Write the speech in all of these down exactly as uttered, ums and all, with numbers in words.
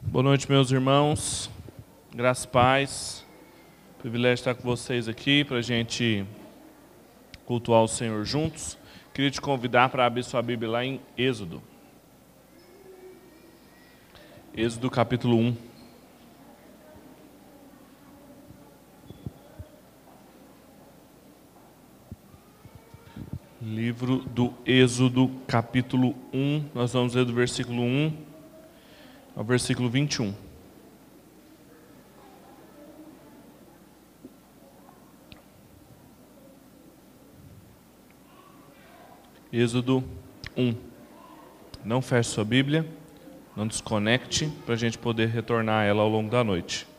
Boa noite, meus irmãos. Graças e paz. Privilégio estar com vocês aqui para a gente cultuar o Senhor juntos. Queria te convidar para abrir sua Bíblia lá em Êxodo. Êxodo capítulo um. Livro do Êxodo capítulo um. Nós vamos ler do versículo um ao versículo vinte e um. Êxodo um. Não feche sua Bíblia, não desconecte, para a gente poder retornar a ela ao longo da noite.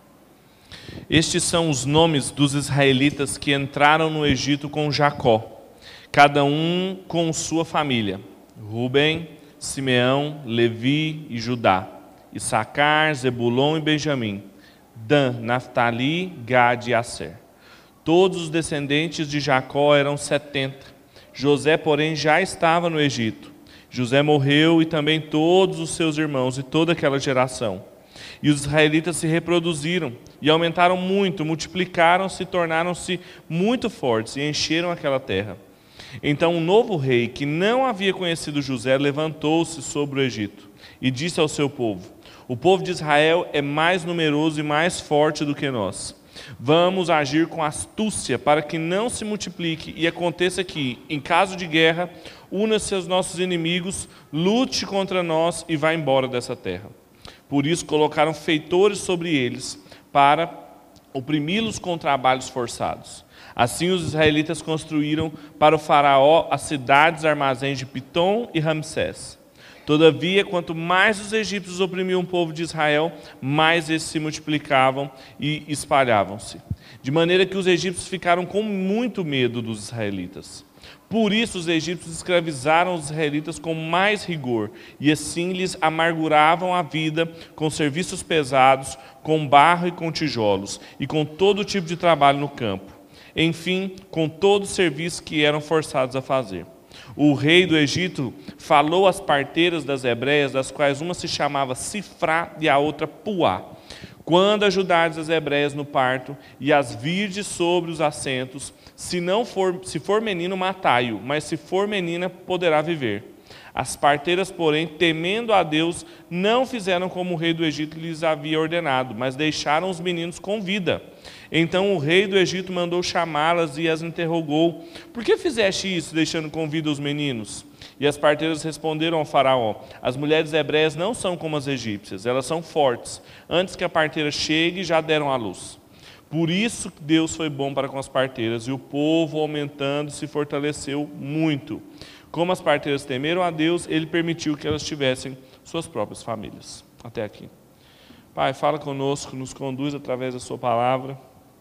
Estes são os nomes dos israelitas que entraram no Egito com Jacó, cada um com sua família: Rubem, Simeão, Levi e Judá, Issacar, Zebulon e Benjamim, Dan, Naftali, Gade e Asser. Todos os descendentes de Jacó eram setenta. José, porém, já estava no Egito. José morreu e também todos os seus irmãos e toda aquela geração. E os israelitas se reproduziram e aumentaram muito, multiplicaram-se e tornaram-se muito fortes e encheram aquela terra. Então um novo rei, que não havia conhecido José, levantou-se sobre o Egito e disse ao seu povo: o povo de Israel é mais numeroso e mais forte do que nós. Vamos agir com astúcia para que não se multiplique e aconteça que, em caso de guerra, una-se aos nossos inimigos, lute contra nós e vá embora dessa terra. Por isso colocaram feitores sobre eles para oprimi-los com trabalhos forçados. Assim os israelitas construíram para o faraó as cidades armazéns de Pitom e Ramsés. Todavia, quanto mais os egípcios oprimiam o povo de Israel, mais esses se multiplicavam e espalhavam-se. De maneira que os egípcios ficaram com muito medo dos israelitas. Por isso os egípcios escravizaram os israelitas com mais rigor, e assim lhes amarguravam a vida com serviços pesados, com barro e com tijolos, e com todo tipo de trabalho no campo. Enfim, com todo o serviço que eram forçados a fazer. O rei do Egito falou às parteiras das hebreias, das quais uma se chamava Sifrá e a outra Puá: quando ajudardes as hebreias no parto e as virdes sobre os assentos, se não for, se for menino, matai-o, mas se for menina, poderá viver. As parteiras, porém, temendo a Deus, não fizeram como o rei do Egito lhes havia ordenado, mas deixaram os meninos com vida. Então o rei do Egito mandou chamá-las e as interrogou: por que fizeste isso, deixando com vida os meninos? E as parteiras responderam ao faraó: as mulheres hebreias não são como as egípcias, elas são fortes. Antes que a parteira chegue, já deram à luz. Por isso Deus foi bom para com as parteiras, e o povo, aumentando, se fortaleceu muito. Como as parteiras temeram a Deus, Ele permitiu que elas tivessem suas próprias famílias. Até aqui. Pai, fala conosco, nos conduz através da sua palavra,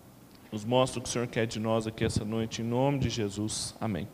nos mostra o que o Senhor quer de nós aqui essa noite, em nome de Jesus. Amém.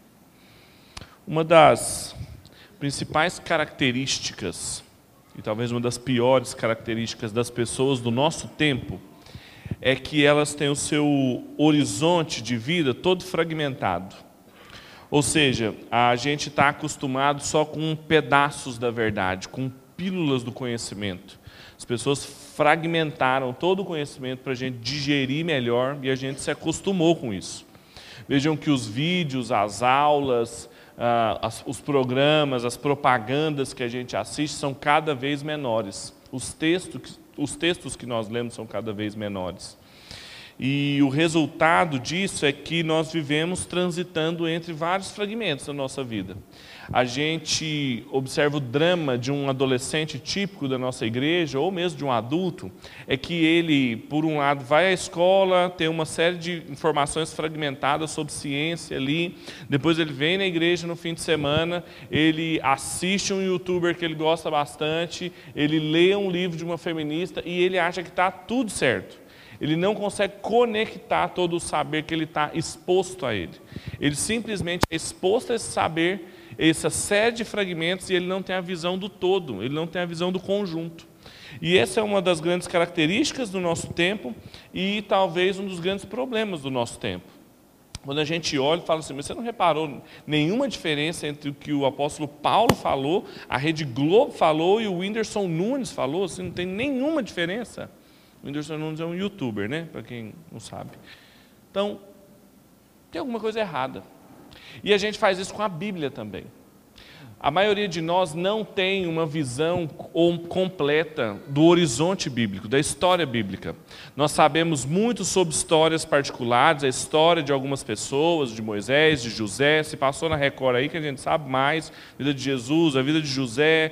Uma das principais características, e talvez uma das piores características das pessoas do nosso tempo, é que elas têm o seu horizonte de vida todo fragmentado. Ou seja, a gente está acostumado só com pedaços da verdade, com pílulas do conhecimento. As pessoas fragmentaram todo o conhecimento para a gente digerir melhor e a gente se acostumou com isso. Vejam que os vídeos, as aulas, ah, as, os programas, as propagandas que a gente assiste são cada vez menores. Os textos, os textos que nós lemos são cada vez menores. E o resultado disso é que nós vivemos transitando entre vários fragmentos da nossa vida. A gente observa o drama de um adolescente típico da nossa igreja, ou mesmo de um adulto, é que ele, por um lado, vai à escola, tem uma série de informações fragmentadas sobre ciência ali, depois ele vem na igreja no fim de semana, ele assiste um youtuber que ele gosta bastante, ele lê um livro de uma feminista e ele acha que está tudo certo. Ele não consegue conectar todo o saber que ele está exposto a ele. Ele simplesmente é exposto a esse saber, essa série de fragmentos, e ele não tem a visão do todo, ele não tem a visão do conjunto. E essa é uma das grandes características do nosso tempo e talvez um dos grandes problemas do nosso tempo. Quando a gente olha e fala assim, mas você não reparou nenhuma diferença entre o que o apóstolo Paulo falou, a Rede Globo falou e o Whindersson Nunes falou? Assim, não tem nenhuma diferença. O Whindersson Nunes é um youtuber, né? Para quem não sabe. Então, tem alguma coisa errada. E a gente faz isso com a Bíblia também. A maioria de nós não tem uma visão completa do horizonte bíblico, da história bíblica. Nós sabemos muito sobre histórias particulares, a história de algumas pessoas, de Moisés, de José, se passou na Record aí que a gente sabe mais, a vida de Jesus, a vida de José,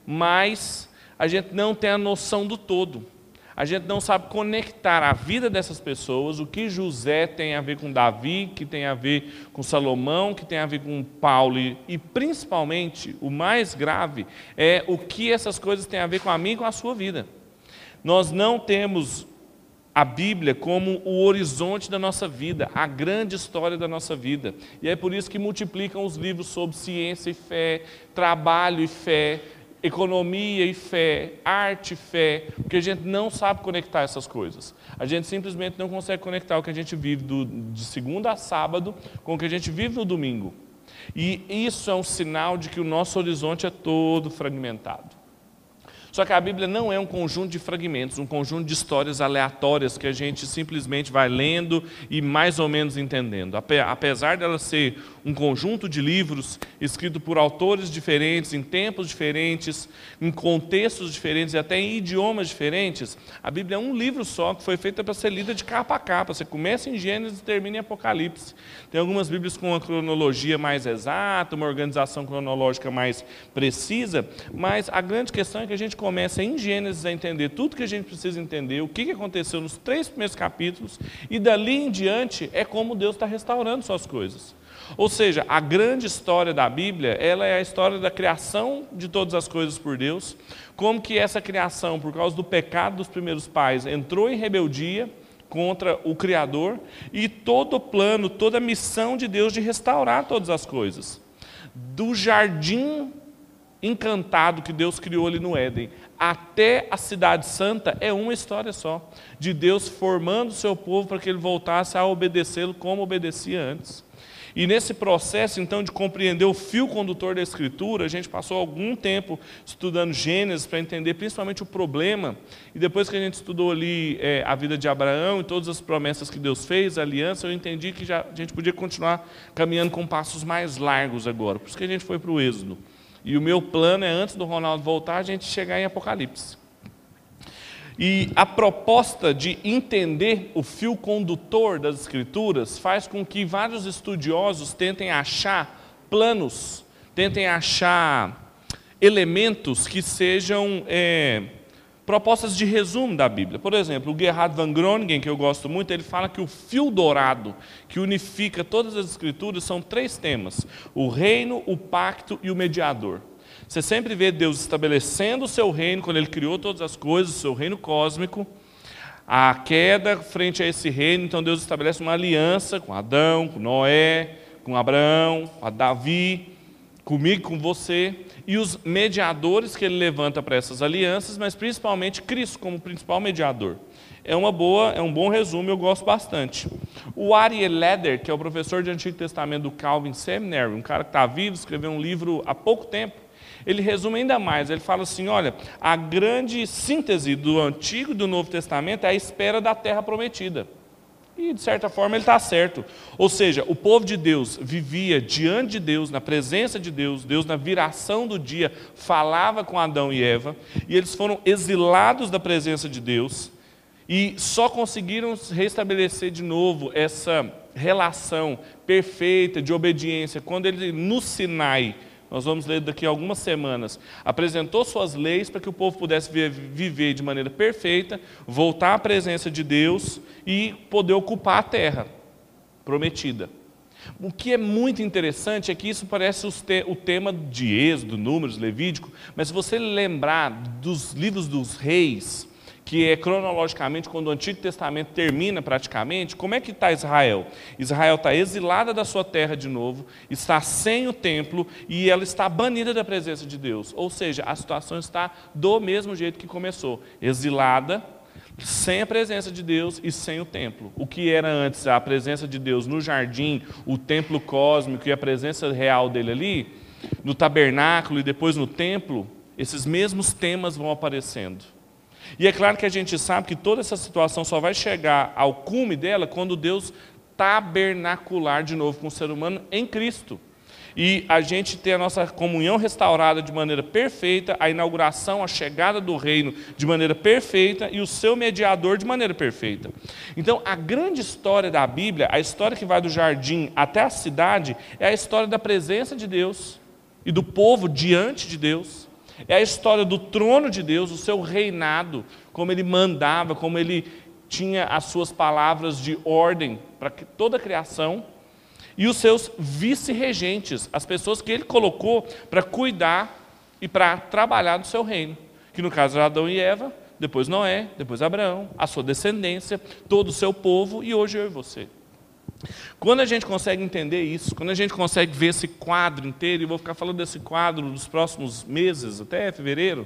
mas a gente não tem a noção do todo. A gente não sabe conectar a vida dessas pessoas, o que José tem a ver com Davi, que tem a ver com Salomão, que tem a ver com Paulo, e, e principalmente, o mais grave, é o que essas coisas têm a ver com a minha e com a sua vida. Nós não temos a Bíblia como o horizonte da nossa vida, a grande história da nossa vida. E é por isso que multiplicam os livros sobre ciência e fé, trabalho e fé, economia e fé, arte e fé, porque a gente não sabe conectar essas coisas. A gente simplesmente não consegue conectar o que a gente vive do, de segunda a sábado com o que a gente vive no domingo. E isso é um sinal de que o nosso horizonte é todo fragmentado. Só que a Bíblia não é um conjunto de fragmentos, um conjunto de histórias aleatórias que a gente simplesmente vai lendo e mais ou menos entendendo. Apesar dela ser um conjunto de livros escritos por autores diferentes, em tempos diferentes, em contextos diferentes e até em idiomas diferentes, a Bíblia é um livro só que foi feita para ser lida de capa a capa. Você começa em Gênesis e termina em Apocalipse. Tem algumas Bíblias com uma cronologia mais exata, uma organização cronológica mais precisa, mas a grande questão é que a gente começa em Gênesis a entender tudo que a gente precisa entender, o que aconteceu nos três primeiros capítulos, e dali em diante é como Deus está restaurando suas coisas. Ou seja, a grande história da Bíblia, ela é a história da criação de todas as coisas por Deus, como que essa criação, por causa do pecado dos primeiros pais, entrou em rebeldia contra o Criador, e todo o plano, toda a missão de Deus de restaurar todas as coisas. Do jardim encantado que Deus criou ali no Éden, até a cidade santa, é uma história só, de Deus formando o seu povo para que ele voltasse a obedecê-lo como obedecia antes. E nesse processo, então, de compreender o fio condutor da Escritura, a gente passou algum tempo estudando Gênesis para entender principalmente o problema, e depois que a gente estudou ali é, a vida de Abraão e todas as promessas que Deus fez, a aliança, eu entendi que já, a gente podia continuar caminhando com passos mais largos agora, por isso que a gente foi para o Êxodo. E o meu plano é, antes do Ronaldo voltar, a gente chegar em Apocalipse. E a proposta de entender o fio condutor das Escrituras faz com que vários estudiosos tentem achar planos, tentem achar elementos que sejam é, propostas de resumo da Bíblia. Por exemplo, o Gerhard van Groningen, que eu gosto muito, ele fala que o fio dourado que unifica todas as Escrituras são três temas: o reino, o pacto e o mediador. Você sempre vê Deus estabelecendo o seu reino, quando Ele criou todas as coisas, o seu reino cósmico, a queda frente a esse reino, então Deus estabelece uma aliança com Adão, com Noé, com Abraão, com Davi, comigo, com você, e os mediadores que Ele levanta para essas alianças, mas principalmente Cristo como principal mediador. É uma boa, é um bom resumo, eu gosto bastante. O Ariel Leder, que é o professor de Antigo Testamento do Calvin Seminary, um cara que está vivo, escreveu um livro há pouco tempo, ele resume ainda mais, ele fala assim, olha, a grande síntese do Antigo e do Novo Testamento é a espera da terra prometida. E, de certa forma, ele está certo. Ou seja, o povo de Deus vivia diante de Deus, na presença de Deus, Deus na viração do dia falava com Adão e Eva, e eles foram exilados da presença de Deus, e só conseguiram restabelecer de novo essa relação perfeita de obediência, quando ele, no Sinai, nós vamos ler daqui a algumas semanas, apresentou suas leis para que o povo pudesse viver de maneira perfeita, voltar à presença de Deus e poder ocupar a terra prometida. O que é muito interessante é que isso parece o tema de Êxodo, Números, Levítico, mas se você lembrar dos livros dos reis, que é cronologicamente quando o Antigo Testamento termina praticamente, como é que está Israel? Israel está exilada da sua terra de novo, está sem o templo e ela está banida da presença de Deus. Ou seja, a situação está do mesmo jeito que começou, exilada, sem a presença de Deus e sem o templo. O que era antes a presença de Deus no jardim, o templo cósmico e a presença real dele ali, no tabernáculo e depois no templo, esses mesmos temas vão aparecendo. E é claro que a gente sabe que toda essa situação só vai chegar ao cume dela quando Deus tabernacular de novo com o ser humano em Cristo. E a gente ter a nossa comunhão restaurada de maneira perfeita, a inauguração, a chegada do reino de maneira perfeita e o seu mediador de maneira perfeita. Então, a grande história da Bíblia, a história que vai do jardim até a cidade, é a história da presença de Deus e do povo diante de Deus. É a história do trono de Deus, o seu reinado, como ele mandava, como ele tinha as suas palavras de ordem para toda a criação. E os seus vice-regentes, as pessoas que ele colocou para cuidar e para trabalhar no seu reino. Que no caso era Adão e Eva, depois Noé, depois Abraão, a sua descendência, todo o seu povo e hoje eu e você. Quando a gente consegue entender isso, quando a gente consegue ver esse quadro inteiro, e vou ficar falando desse quadro nos próximos meses, até fevereiro,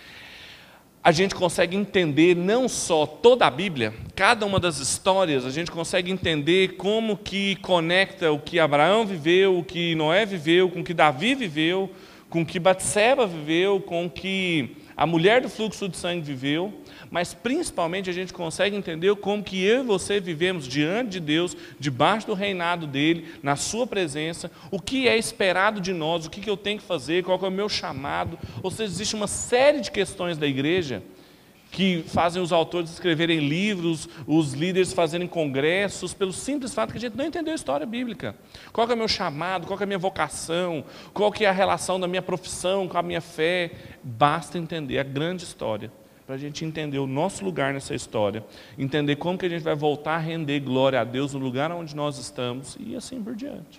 a gente consegue entender não só toda a Bíblia, cada uma das histórias, a gente consegue entender como que conecta o que Abraão viveu, o que Noé viveu, com o que Davi viveu, com o que Batseba viveu, com o que a mulher do fluxo de sangue viveu, mas principalmente a gente consegue entender como que eu e você vivemos diante de Deus, debaixo do reinado dele, na sua presença, o que é esperado de nós, o que eu tenho que fazer, qual é o meu chamado. Ou seja, existe uma série de questões da igreja que fazem os autores escreverem livros, os líderes fazerem congressos, pelo simples fato que a gente não entendeu a história bíblica. Qual é o meu chamado, qual é a minha vocação, qual que é a relação da minha profissão com a minha fé. Basta entender a grande história, para a gente entender o nosso lugar nessa história, entender como que a gente vai voltar a render glória a Deus no lugar onde nós estamos e assim por diante.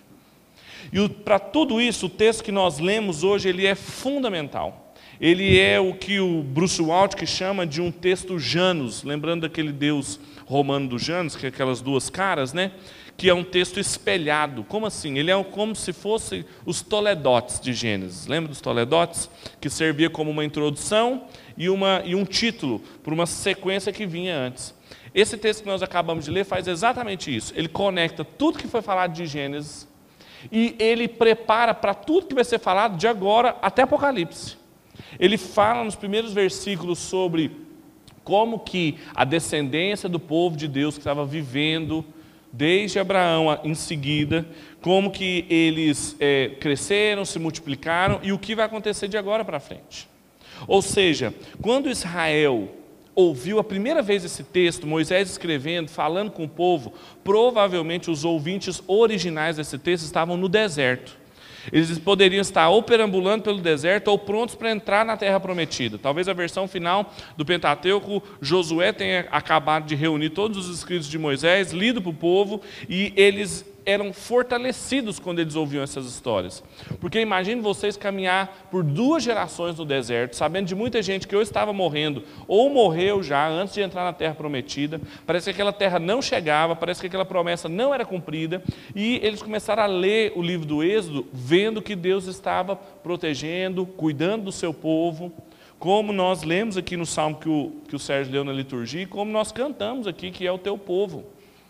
E para tudo isso, o texto que nós lemos hoje, ele é fundamental. Ele é o que o Bruce Waltke chama de um texto Janus, lembrando daquele deus romano do Janus, que é aquelas duas caras, né? Que é um texto espelhado. Como assim? Ele é como se fosse os toledotes de Gênesis. Lembra dos toledotes? Que servia como uma introdução e, uma, e um título para uma sequência que vinha antes. Esse texto que nós acabamos de ler faz exatamente isso. Ele conecta tudo que foi falado de Gênesis e ele prepara para tudo que vai ser falado de agora até Apocalipse. Ele fala nos primeiros versículos sobre como que a descendência do povo de Deus que estava vivendo desde Abraão em seguida, como que eles é, cresceram, se multiplicaram e o que vai acontecer de agora para frente. Ou seja, quando Israel ouviu a primeira vez esse texto, Moisés escrevendo, falando com o povo, provavelmente os ouvintes originais desse texto estavam no deserto. Eles poderiam estar ou perambulando pelo deserto ou prontos para entrar na terra prometida. Talvez a versão final do Pentateuco, Josué tenha acabado de reunir todos os escritos de Moisés, lido para o povo, e eles eram fortalecidos quando eles ouviam essas histórias. Porque imagine vocês caminhar por duas gerações no deserto, sabendo de muita gente que ou estava morrendo, ou morreu já antes de entrar na terra prometida. Parece que aquela terra não chegava, parece que aquela promessa não era cumprida, e eles começaram a ler o livro do Êxodo, vendo que Deus estava protegendo, cuidando do seu povo, como nós lemos aqui no salmo que o, que o Sérgio leu na liturgia, e como nós cantamos aqui, que é o teu povo.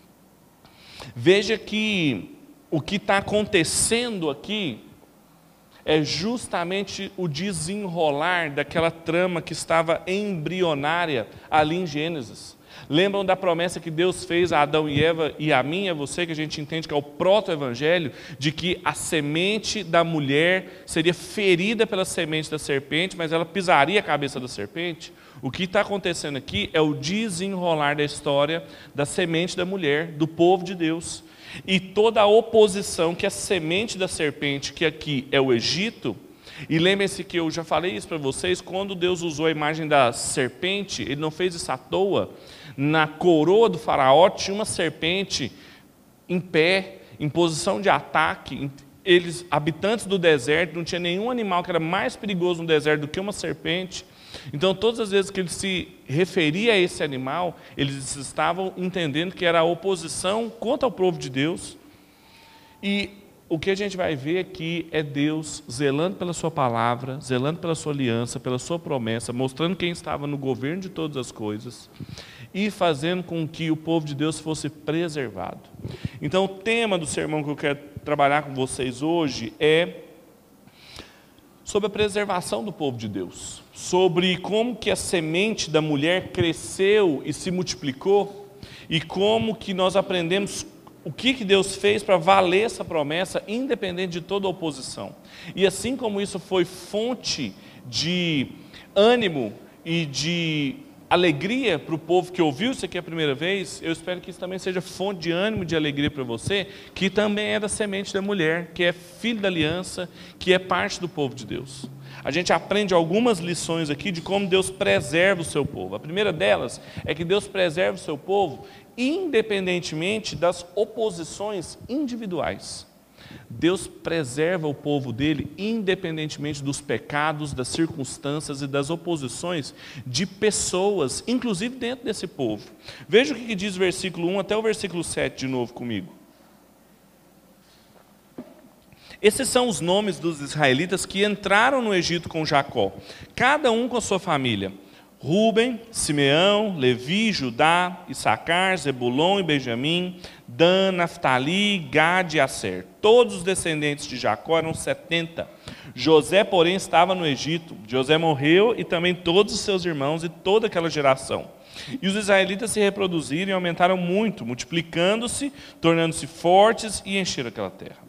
Veja que o que está acontecendo aqui é justamente o desenrolar daquela trama que estava embrionária ali em Gênesis. Lembram da promessa que Deus fez a Adão e Eva e a mim e a você, que a gente entende que é o proto-evangelho, de que a semente da mulher seria ferida pela semente da serpente, mas ela pisaria a cabeça da serpente? O que está acontecendo aqui é o desenrolar da história da semente da mulher, do povo de Deus. E toda a oposição que a semente da serpente, que aqui é o Egito, e lembrem-se que eu já falei isso para vocês, quando Deus usou a imagem da serpente, Ele não fez isso à toa. Na coroa do faraó tinha uma serpente em pé, em posição de ataque. Eles, habitantes do deserto, não tinha nenhum animal que era mais perigoso no deserto do que uma serpente. Então, todas as vezes que ele se referia a esse animal, eles estavam entendendo que era a oposição contra o povo de Deus. E o que a gente vai ver aqui é Deus zelando pela sua palavra, zelando pela sua aliança, pela sua promessa, mostrando quem estava no governo de todas as coisas. e fazendo com que o povo de Deus fosse preservado. Então, o tema do sermão que eu quero trabalhar com vocês hoje é sobre a preservação do povo de Deus, sobre como que a semente da mulher cresceu e se multiplicou, e como que nós aprendemos o que que Deus fez para valer essa promessa, independente de toda oposição. E assim como isso foi fonte de ânimo e de alegria para o povo que ouviu isso aqui a primeira vez, eu espero que isso também seja fonte de ânimo e de alegria para você, que também é da semente da mulher, que é filho da aliança, que é parte do povo de Deus. A gente aprende algumas lições aqui de como Deus preserva o seu povo. A primeira delas é que Deus preserva o seu povo independentemente das oposições individuais. Deus preserva o povo dele independentemente dos pecados, das circunstâncias e das oposições de pessoas, inclusive dentro desse povo. Veja o que diz o versículo um até o versículo sete de novo comigo. Esses são os nomes dos israelitas que entraram no Egito com Jacó, cada um com a sua família: Rúben, Simeão, Levi, Judá, Issacar, Zebulon e Benjamim, Dan, Naftali, Gad e Aser. Todos os descendentes de Jacó eram setenta. José, porém, estava no Egito. José morreu e também todos os seus irmãos e toda aquela geração. E os israelitas se reproduziram e aumentaram muito, multiplicando-se, tornando-se fortes e encheram aquela terra.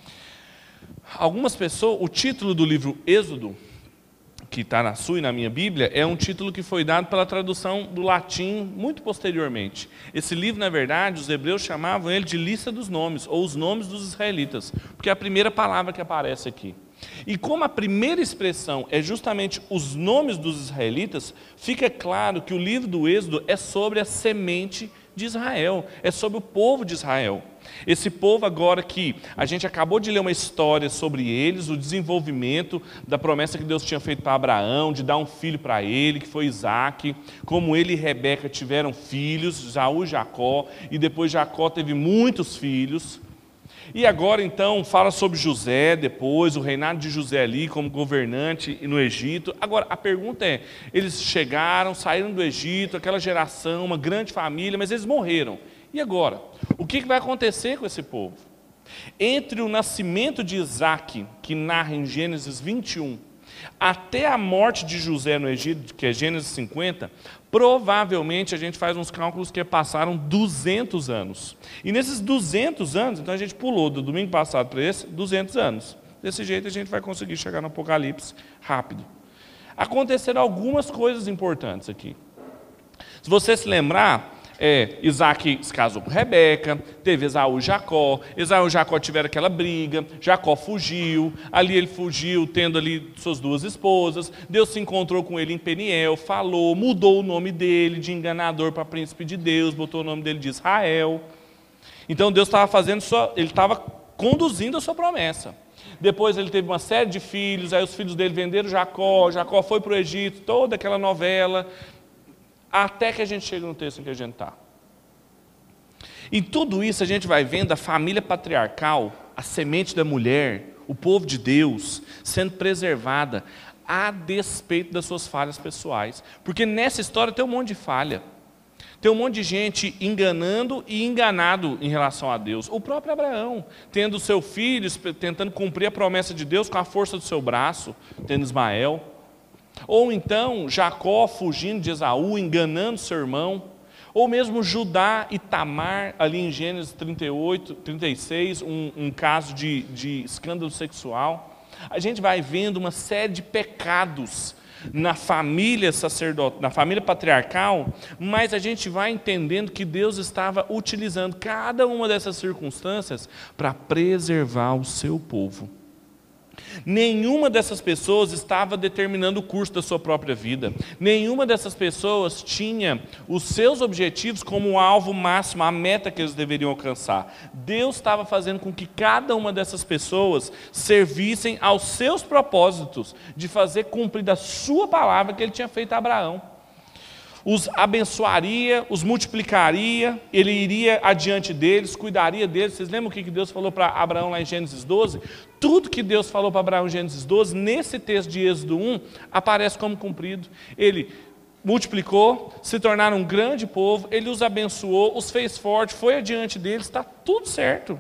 Algumas pessoas, o título do livro Êxodo, que está na sua e na minha Bíblia, é um título que foi dado pela tradução do latim muito posteriormente. Esse livro, na verdade, os hebreus chamavam ele de lista dos nomes, ou os nomes dos israelitas, porque é a primeira palavra que aparece aqui. E como a primeira expressão é justamente os nomes dos israelitas, fica claro que o livro do Êxodo é sobre a semente de Israel, é sobre o povo de Israel. Esse povo agora que a gente acabou de ler uma história sobre eles, o desenvolvimento da promessa que Deus tinha feito para Abraão, de dar um filho para ele, que foi Isaque, como ele e Rebeca tiveram filhos, Esaú e Jacó, e depois Jacó teve muitos filhos. E agora então fala sobre José depois, o reinado de José ali como governante no Egito. Agora a pergunta é, eles chegaram, saíram do Egito, aquela geração, uma grande família, mas eles morreram. E agora? O que vai acontecer com esse povo? Entre o nascimento de Isaque, que narra em Gênesis vinte e um, até a morte de José no Egito, que é Gênesis cinquenta, provavelmente a gente faz uns cálculos que passaram duzentos anos. E nesses duzentos anos, então a gente pulou do domingo passado para esse, duzentos anos. Desse jeito a gente vai conseguir chegar no Apocalipse rápido. Aconteceram algumas coisas importantes aqui. Se você se lembrar, É, Isaque se casou com Rebeca, teve Esaú e Jacó, Esaú e Jacó tiveram aquela briga, Jacó fugiu, ali ele fugiu tendo ali suas duas esposas, Deus se encontrou com ele em Peniel, falou, mudou o nome dele de enganador para príncipe de Deus, botou o nome dele de Israel. Então Deus estava fazendo só, ele estava conduzindo a sua promessa. Depois ele teve uma série de filhos, aí os filhos dele venderam Jacó, Jacó foi para o Egito, toda aquela novela, até que a gente chega no texto em que a gente está. Em tudo isso a gente vai vendo a família patriarcal, a semente da mulher, o povo de Deus, sendo preservada, a despeito das suas falhas pessoais. Porque nessa história tem um monte de falha. Tem um monte de gente enganando e enganado em relação a Deus. O próprio Abraão, tendo seu filho, tentando cumprir a promessa de Deus com a força do seu braço, tendo Ismael. Ou então Jacó fugindo de Esaú, enganando seu irmão. Ou mesmo Judá e Tamar, ali em Gênesis trinta e oito, trinta e seis, um, um caso de, de escândalo sexual. A gente vai vendo uma série de pecados na família sacerdotal, na família patriarcal, mas a gente vai entendendo que Deus estava utilizando cada uma dessas circunstâncias para preservar o seu povo. Nenhuma dessas pessoas estava determinando o curso da sua própria vida. Nenhuma dessas pessoas tinha os seus objetivos como o alvo máximo, a meta que eles deveriam alcançar. Deus estava fazendo com que cada uma dessas pessoas servissem aos seus propósitos de fazer cumprir da sua palavra que ele tinha feito a Abraão. Os abençoaria, os multiplicaria, ele iria adiante deles, cuidaria deles. Vocês lembram o que Deus falou para Abraão lá em Gênesis doze? Tudo que Deus falou para Abraão em Gênesis doze, nesse texto de Êxodo um, aparece como cumprido. Ele multiplicou, se tornaram um grande povo, ele os abençoou, os fez forte, foi adiante deles, está tudo certo.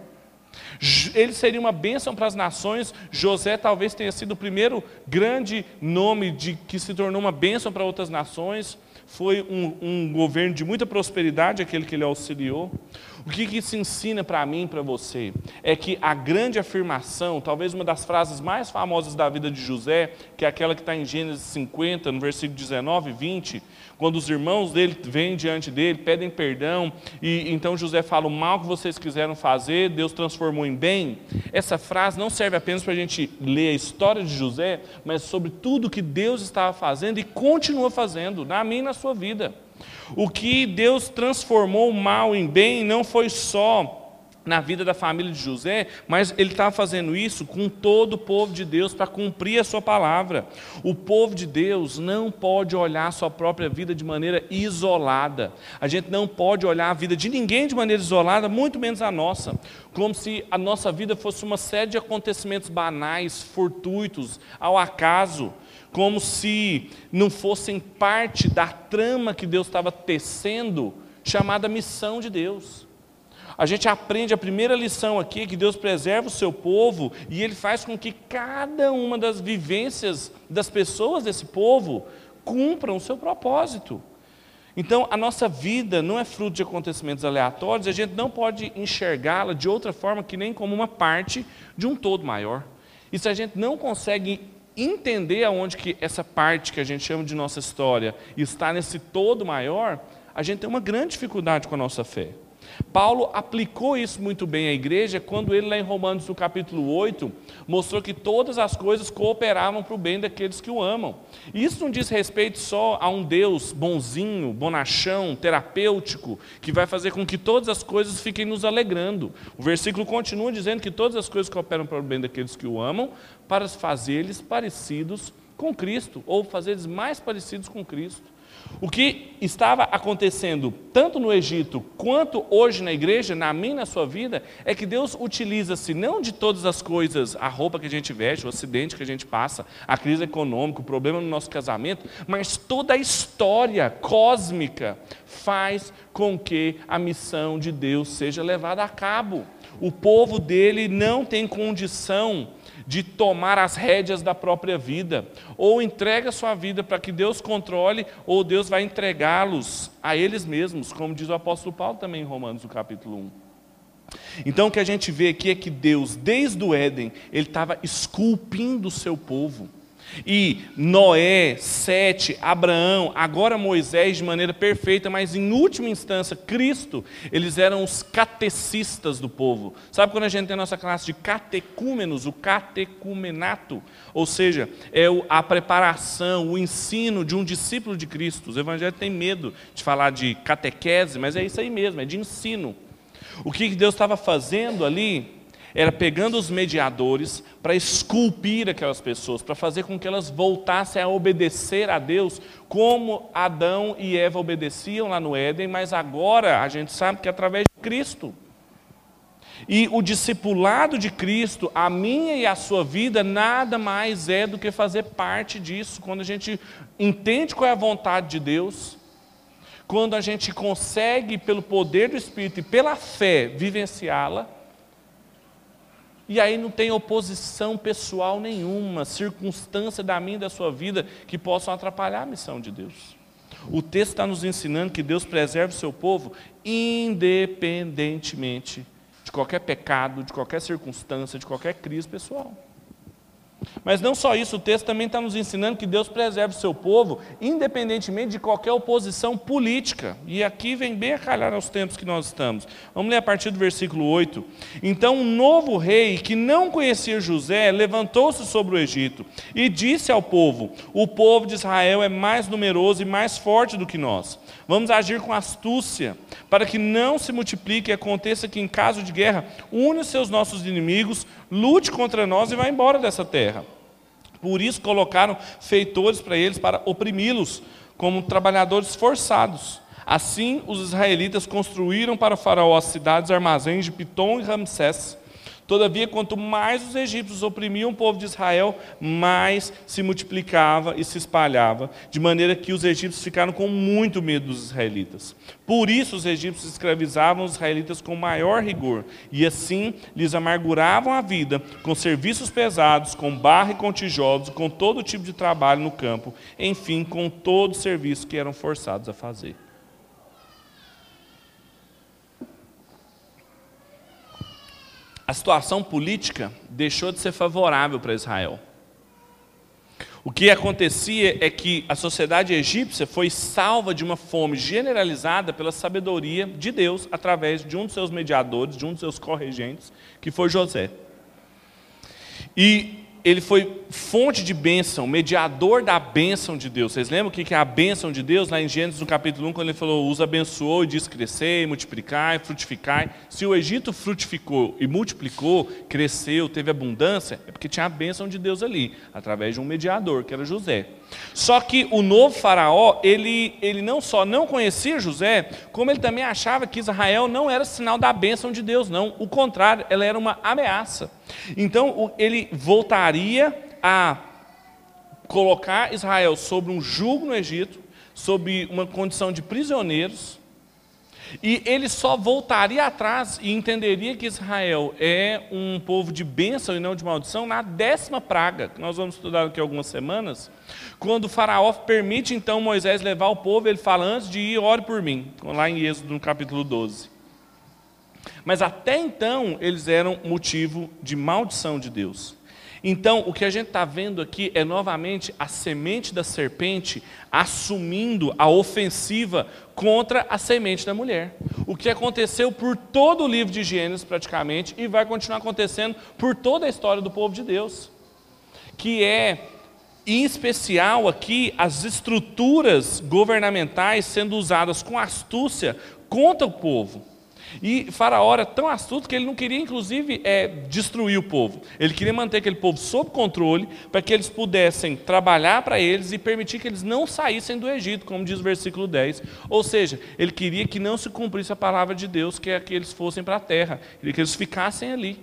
Ele seria uma bênção para as nações. José talvez tenha sido o primeiro grande nome de, que se tornou uma bênção para outras nações. Foi um, um governo de muita prosperidade, aquele que ele auxiliou. O que, que isso ensina para mim e para você? É que a grande afirmação, talvez uma das frases mais famosas da vida de José, que é aquela que está em Gênesis cinquenta, no versículo dezenove e vinte, quando os irmãos dele vêm diante dele, pedem perdão, e então José fala: o mal que vocês quiseram fazer, Deus transformou em bem. Essa frase não serve apenas para a gente ler a história de José, mas sobre tudo que Deus estava fazendo e continua fazendo, na minha e na sua vida. O que Deus transformou o mal em bem não foi só na vida da família de José, mas ele estava fazendo isso com todo o povo de Deus para cumprir a sua palavra. O povo de Deus não pode olhar a sua própria vida de maneira isolada. A gente não pode olhar a vida de ninguém de maneira isolada, muito menos a nossa, como se a nossa vida fosse uma série de acontecimentos banais, fortuitos, ao acaso, como se não fossem parte da trama que Deus estava tecendo, chamada missão de Deus. A gente aprende a primeira lição aqui, que Deus preserva o seu povo, e Ele faz com que cada uma das vivências das pessoas desse povo cumpram o seu propósito. Então, a nossa vida não é fruto de acontecimentos aleatórios, a gente não pode enxergá-la de outra forma que nem como uma parte de um todo maior. E se a gente não consegue entender aonde que essa parte que a gente chama de nossa história está nesse todo maior, a gente tem uma grande dificuldade com a nossa fé. Paulo aplicou isso muito bem à igreja quando ele, lá em Romanos, no capítulo oito, mostrou que todas as coisas cooperavam para o bem daqueles que o amam. E isso não diz respeito só a um Deus bonzinho, bonachão, terapêutico, que vai fazer com que todas as coisas fiquem nos alegrando. O versículo continua dizendo que todas as coisas cooperam para o bem daqueles que o amam, para fazer-lhes parecidos com Cristo, ou fazer-lhes mais parecidos com Cristo. O que estava acontecendo tanto no Egito quanto hoje na igreja, na minha e na sua vida, é que Deus utiliza-se não de todas as coisas, a roupa que a gente veste, o acidente que a gente passa, a crise econômica, o problema no nosso casamento, mas toda a história cósmica faz com que a missão de Deus seja levada a cabo. O povo dele não tem condição de tomar as rédeas da própria vida, ou entrega sua vida para que Deus controle, ou Deus vai entregá-los a eles mesmos, como diz o apóstolo Paulo também em Romanos, no capítulo um. Então o que a gente vê aqui é que Deus, desde o Éden, Ele estava esculpindo o seu povo. E Noé, Sete, Abraão, agora Moisés de maneira perfeita, mas em última instância Cristo, eles eram os catecistas do povo. Sabe quando a gente tem a nossa classe de catecúmenos, o catecumenato, ou seja, é a preparação, o ensino de um discípulo de Cristo. Os evangélicos têm medo de falar de catequese, mas é isso aí mesmo, é de ensino. O que Deus estava fazendo ali era pegando os mediadores para esculpir aquelas pessoas, para fazer com que elas voltassem a obedecer a Deus, como Adão e Eva obedeciam lá no Éden, mas agora a gente sabe que é através de Cristo. E o discipulado de Cristo, a minha e a sua vida, nada mais é do que fazer parte disso. Quando a gente entende qual é a vontade de Deus, quando a gente consegue, pelo poder do Espírito e pela fé, vivenciá-la, e aí não tem oposição pessoal nenhuma, circunstância da minha e da sua vida que possam atrapalhar a missão de Deus. O texto está nos ensinando que Deus preserva o seu povo independentemente de qualquer pecado, de qualquer circunstância, de qualquer crise pessoal. Mas não só isso, o texto também está nos ensinando que Deus preserva o seu povo independentemente de qualquer oposição política. E aqui vem bem a calhar aos tempos que nós estamos. Vamos ler a partir do versículo oito. Então um novo rei que não conhecia José levantou-se sobre o Egito e disse ao povo: o povo de Israel é mais numeroso e mais forte do que nós. Vamos agir com astúcia para que não se multiplique e aconteça que em caso de guerra une os seus nossos inimigos, lute contra nós e vá embora dessa terra. Por isso colocaram feitores para eles, para oprimi-los, como trabalhadores forçados. Assim os israelitas construíram para o faraó as cidades armazéns de Pitom e Ramsés. Todavia, quanto mais os egípcios oprimiam o povo de Israel, mais se multiplicava e se espalhava, de maneira que os egípcios ficaram com muito medo dos israelitas. Por isso, os egípcios escravizavam os israelitas com maior rigor, e assim lhes amarguravam a vida com serviços pesados, com barra e com tijolos, com todo tipo de trabalho no campo, enfim, com todo o serviço que eram forçados a fazer. A situação política deixou de ser favorável para Israel. O que acontecia é que a sociedade egípcia foi salva de uma fome generalizada pela sabedoria de Deus através de um dos seus mediadores, de um dos seus corregentes, que foi José. E ele foi fonte de bênção, mediador da bênção de Deus. Vocês lembram o que é a bênção de Deus? Lá em Gênesis, no capítulo um, quando ele falou, os abençoou e disse crescei, multiplicai, frutificai. Se o Egito frutificou e multiplicou, cresceu, teve abundância, é porque tinha a bênção de Deus ali, através de um mediador, que era José. Só que o novo faraó, ele, ele não só não conhecia José, como ele também achava que Israel não era sinal da bênção de Deus, não. O contrário, ela era uma ameaça. Então, ele voltaria a colocar Israel sobre um jugo no Egito, sob uma condição de prisioneiros, e ele só voltaria atrás e entenderia que Israel é um povo de bênção e não de maldição na décima praga, que nós vamos estudar daqui a algumas semanas, quando o faraó permite então Moisés levar o povo, ele fala, antes de ir, ore por mim, lá em Êxodo, no capítulo doze. Mas até então, eles eram motivo de maldição de Deus. Então, o que a gente está vendo aqui é novamente a semente da serpente assumindo a ofensiva contra a semente da mulher. O que aconteceu por todo o livro de Gênesis, praticamente, e vai continuar acontecendo por toda a história do povo de Deus. Que é, em especial aqui, as estruturas governamentais sendo usadas com astúcia contra o povo. E Faraó era tão astuto que ele não queria, inclusive, é, destruir o povo. Ele queria manter aquele povo sob controle, para que eles pudessem trabalhar para eles e permitir que eles não saíssem do Egito, como diz o versículo dez. Ou seja, ele queria que não se cumprisse a palavra de Deus, que é que eles fossem para a terra. Ele queria que eles ficassem ali.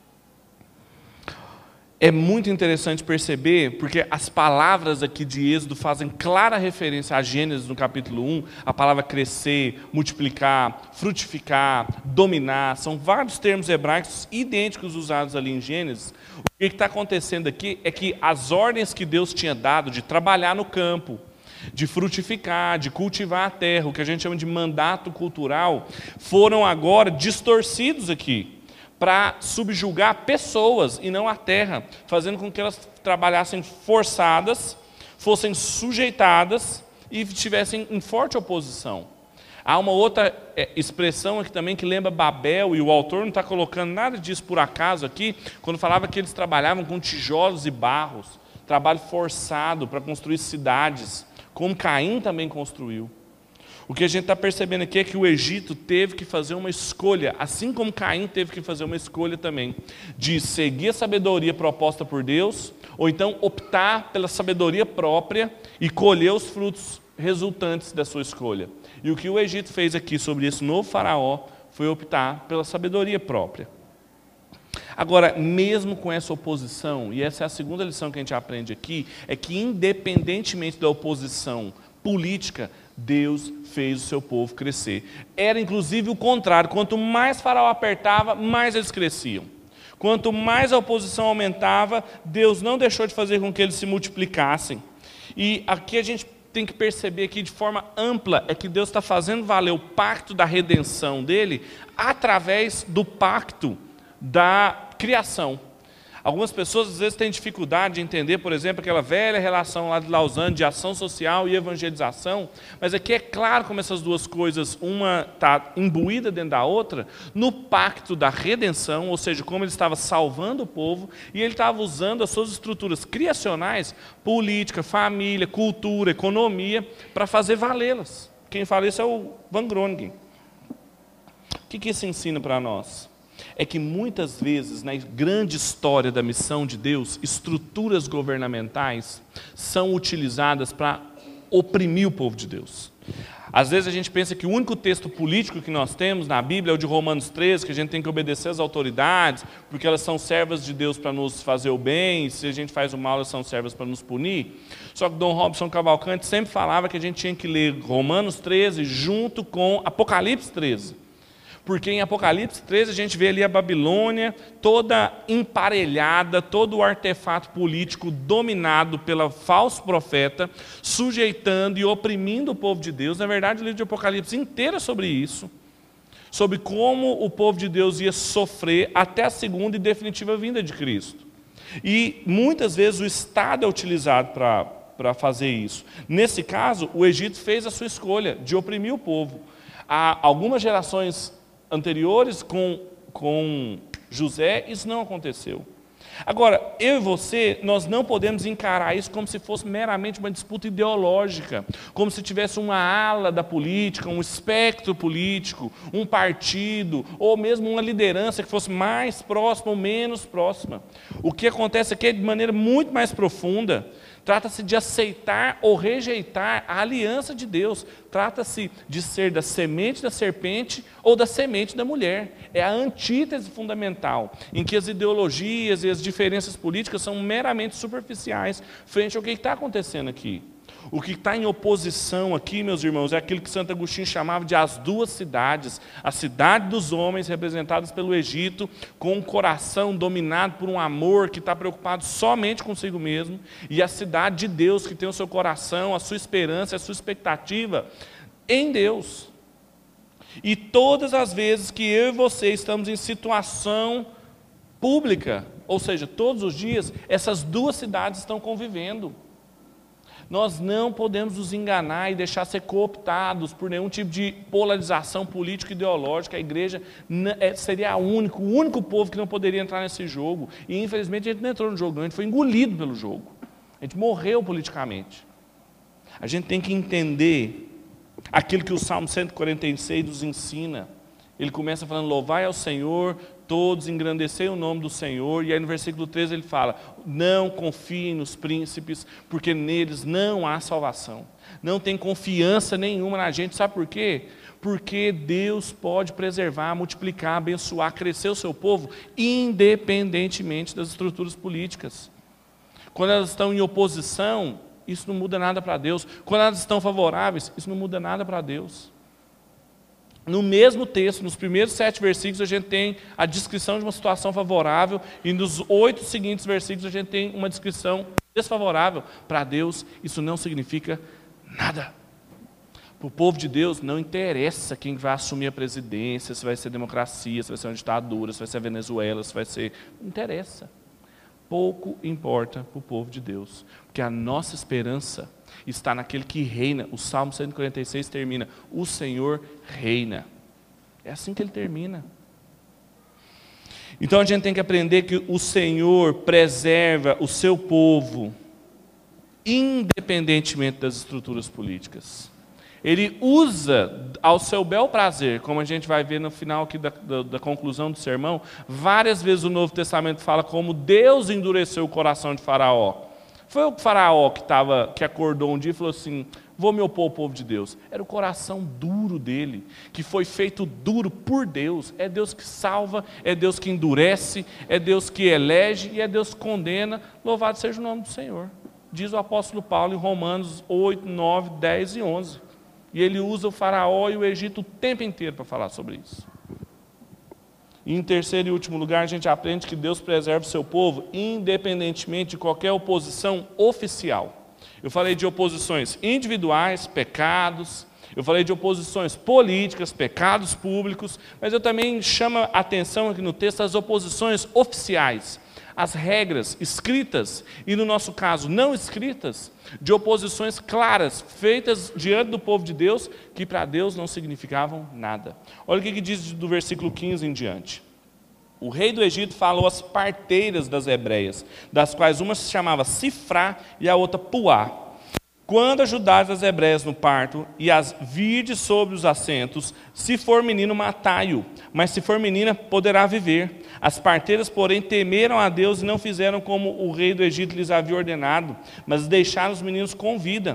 É muito interessante perceber, porque as palavras aqui de Êxodo fazem clara referência a Gênesis no capítulo um, a palavra crescer, multiplicar, frutificar, dominar, são vários termos hebraicos idênticos usados ali em Gênesis. O que está acontecendo aqui é que as ordens que Deus tinha dado de trabalhar no campo, de frutificar, de cultivar a terra, o que a gente chama de mandato cultural, foram agora distorcidos aqui, para subjugar pessoas e não a terra, fazendo com que elas trabalhassem forçadas, fossem sujeitadas e estivessem em forte oposição. Há uma outra é, expressão aqui também que lembra Babel, e o autor não está colocando nada disso por acaso aqui, quando falava que eles trabalhavam com tijolos e barros, trabalho forçado para construir cidades, como Caim também construiu. O que a gente está percebendo aqui é que o Egito teve que fazer uma escolha, assim como Caim teve que fazer uma escolha também, de seguir a sabedoria proposta por Deus, ou então optar pela sabedoria própria e colher os frutos resultantes da sua escolha. E o que o Egito fez aqui sobre esse novo faraó foi optar pela sabedoria própria. Agora, mesmo com essa oposição, e essa é a segunda lição que a gente aprende aqui, é que independentemente da oposição política, Deus fez o seu povo crescer. Era inclusive o contrário, quanto mais Faraó apertava, mais eles cresciam. Quanto mais a oposição aumentava, Deus não deixou de fazer com que eles se multiplicassem. E aqui a gente tem que perceber aqui de forma ampla, é que Deus está fazendo valer o pacto da redenção dele, através do pacto da criação. Algumas pessoas às vezes têm dificuldade de entender, por exemplo, aquela velha relação lá de Lausanne de ação social e evangelização, mas aqui é claro como essas duas coisas, uma está imbuída dentro da outra, no pacto da redenção, ou seja, como ele estava salvando o povo, e ele estava usando as suas estruturas criacionais, política, família, cultura, economia, para fazer valê-las. Quem fala isso é o Van Groningen. O que, que isso ensina para nós? É que muitas vezes, na grande história da missão de Deus, estruturas governamentais são utilizadas para oprimir o povo de Deus. Às vezes a gente pensa que o único texto político que nós temos na Bíblia é o de Romanos treze, que a gente tem que obedecer às autoridades, porque elas são servas de Deus para nos fazer o bem, e se a gente faz o mal, elas são servas para nos punir. Só que Dom Robson Cavalcante sempre falava que a gente tinha que ler Romanos treze junto com Apocalipse treze. Porque em Apocalipse treze a gente vê ali a Babilônia toda emparelhada, todo o artefato político dominado pelo falso profeta, sujeitando e oprimindo o povo de Deus. Na verdade, o livro de Apocalipse inteiro é sobre isso, sobre como o povo de Deus ia sofrer até a segunda e definitiva vinda de Cristo. E muitas vezes o Estado é utilizado para, para fazer isso. Nesse caso, o Egito fez a sua escolha de oprimir o povo. Há algumas gerações anteriores, com, com José, isso não aconteceu. Agora, eu e você, nós não podemos encarar isso como se fosse meramente uma disputa ideológica, como se tivesse uma ala da política, um espectro político, um partido, ou mesmo uma liderança que fosse mais próxima ou menos próxima. O que acontece aqui é de maneira muito mais profunda. Trata-se de aceitar ou rejeitar a aliança de Deus. Trata-se de ser da semente da serpente ou da semente da mulher. É a antítese fundamental, em que as ideologias e as diferenças políticas são meramente superficiais frente ao que está acontecendo aqui. O que está em oposição aqui, meus irmãos, é aquilo que Santo Agostinho chamava de as duas cidades. A cidade dos homens, representadas pelo Egito, com um coração dominado por um amor que está preocupado somente consigo mesmo, e a cidade de Deus, que tem o seu coração, a sua esperança, a sua expectativa em Deus. E todas as vezes que eu e você estamos em situação pública, ou seja, todos os dias, essas duas cidades estão convivendo. Nós não podemos nos enganar e deixar ser cooptados por nenhum tipo de polarização política e ideológica. A igreja seria a única, o único povo que não poderia entrar nesse jogo. E, infelizmente, a gente não entrou no jogo, não. A gente foi engolido pelo jogo. A gente morreu politicamente. A gente tem que entender aquilo que o Salmo cento e quarenta e seis nos ensina. Ele começa falando, louvai ao Senhor, todos engrandecei o nome do Senhor, e aí no versículo treze ele fala, não confiem nos príncipes, porque neles não há salvação. Não tem confiança nenhuma na gente, sabe por quê? Porque Deus pode preservar, multiplicar, abençoar, crescer o seu povo, independentemente das estruturas políticas. Quando elas estão em oposição, isso não muda nada para Deus. Quando elas estão favoráveis, isso não muda nada para Deus. No mesmo texto, nos primeiros sete versículos, a gente tem a descrição de uma situação favorável, e nos oito seguintes versículos a gente tem uma descrição desfavorável. Para Deus, isso não significa nada. Para o povo de Deus, não interessa quem vai assumir a presidência, se vai ser democracia, se vai ser uma ditadura, se vai ser a Venezuela, se vai ser... Não interessa. Pouco importa para o povo de Deus, porque a nossa esperança está naquele que reina. O Salmo cento e quarenta e seis termina, o Senhor reina. É assim que ele termina. Então a gente tem que aprender que o Senhor preserva o seu povo, independentemente das estruturas políticas. Ele usa ao seu bel prazer, como a gente vai ver no final aqui da, da, da conclusão do sermão, várias vezes o Novo Testamento fala como Deus endureceu o coração de Faraó. Foi o Faraó que, tava, que acordou um dia e falou assim, vou me opor ao povo de Deus. Era o coração duro dele, que foi feito duro por Deus. É Deus que salva, é Deus que endurece, é Deus que elege e é Deus que condena. Louvado seja o nome do Senhor. Diz o apóstolo Paulo em Romanos oito, nove, dez e onze. E ele usa o Faraó e o Egito o tempo inteiro para falar sobre isso. E em terceiro e último lugar, a gente aprende que Deus preserva o seu povo independentemente de qualquer oposição oficial. Eu falei de oposições individuais, pecados. Eu falei de oposições políticas, pecados públicos. Mas eu também chamo a atenção aqui no texto as oposições oficiais. As regras escritas e, no nosso caso, não escritas, de oposições claras, feitas diante do povo de Deus, que para Deus não significavam nada. Olha o que diz do versículo quinze em diante. O rei do Egito falou às parteiras das hebreias, das quais uma se chamava Sifrá e a outra Puá. Quando ajudares as hebreias no parto e as virdes sobre os assentos, se for menino, matai-o, mas se for menina, poderá viver. As parteiras, porém, temeram a Deus e não fizeram como o rei do Egito lhes havia ordenado, mas deixaram os meninos com vida.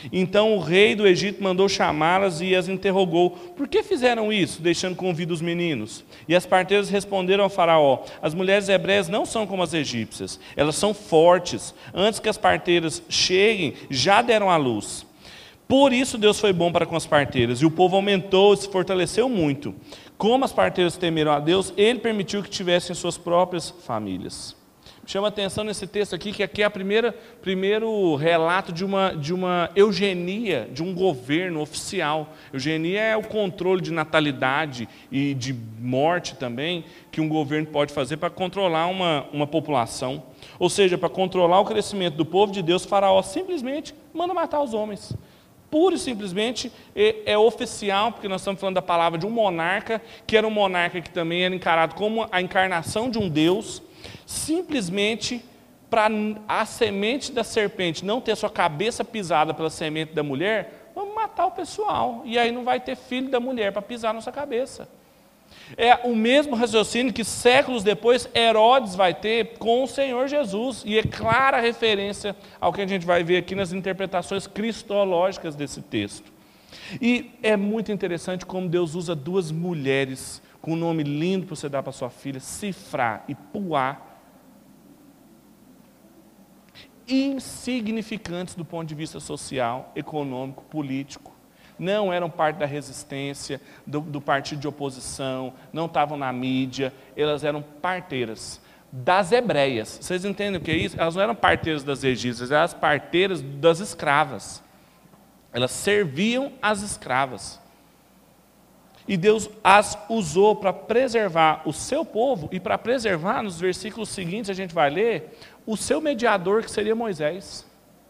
Então o rei do Egito mandou chamá-las e as interrogou: por que fizeram isso, deixando com vida os meninos? E as parteiras responderam ao faraó: as mulheres hebreias não são como as egípcias, elas são fortes. Antes que as parteiras cheguem, já deram à luz. Por isso Deus foi bom para com as parteiras, e o povo aumentou e se fortaleceu muito. Como as parteiras temeram a Deus, ele permitiu que tivessem suas próprias famílias. Chama atenção nesse texto aqui, que aqui é o primeiro relato de uma, de uma eugenia, de um governo oficial. Eugenia é o controle de natalidade e de morte também, que um governo pode fazer para controlar uma, uma população. Ou seja, para controlar o crescimento do povo de Deus, Faraó simplesmente manda matar os homens. Pura e simplesmente é, é oficial, porque nós estamos falando da palavra de um monarca, que era um monarca que também era encarado como a encarnação de um Deus. Simplesmente para a semente da serpente não ter sua cabeça pisada pela semente da mulher, vamos matar o pessoal. E aí não vai ter filho da mulher para pisar na sua cabeça. É o mesmo raciocínio que séculos depois Herodes vai ter com o Senhor Jesus. E é clara a referência ao que a gente vai ver aqui nas interpretações cristológicas desse texto. E é muito interessante como Deus usa duas mulheres com um nome lindo para você dar para sua filha, Sifrá e Puá, insignificantes do ponto de vista social, econômico, político. Não eram parte da resistência, do, do partido de oposição, não estavam na mídia, elas eram parteiras das hebreias. Vocês entendem o que é isso? Elas não eram parteiras das egípcias, eram as parteiras das escravas. Elas serviam as escravas. E Deus as usou para preservar o seu povo e para preservar, nos versículos seguintes a gente vai ler, o seu mediador, que seria Moisés.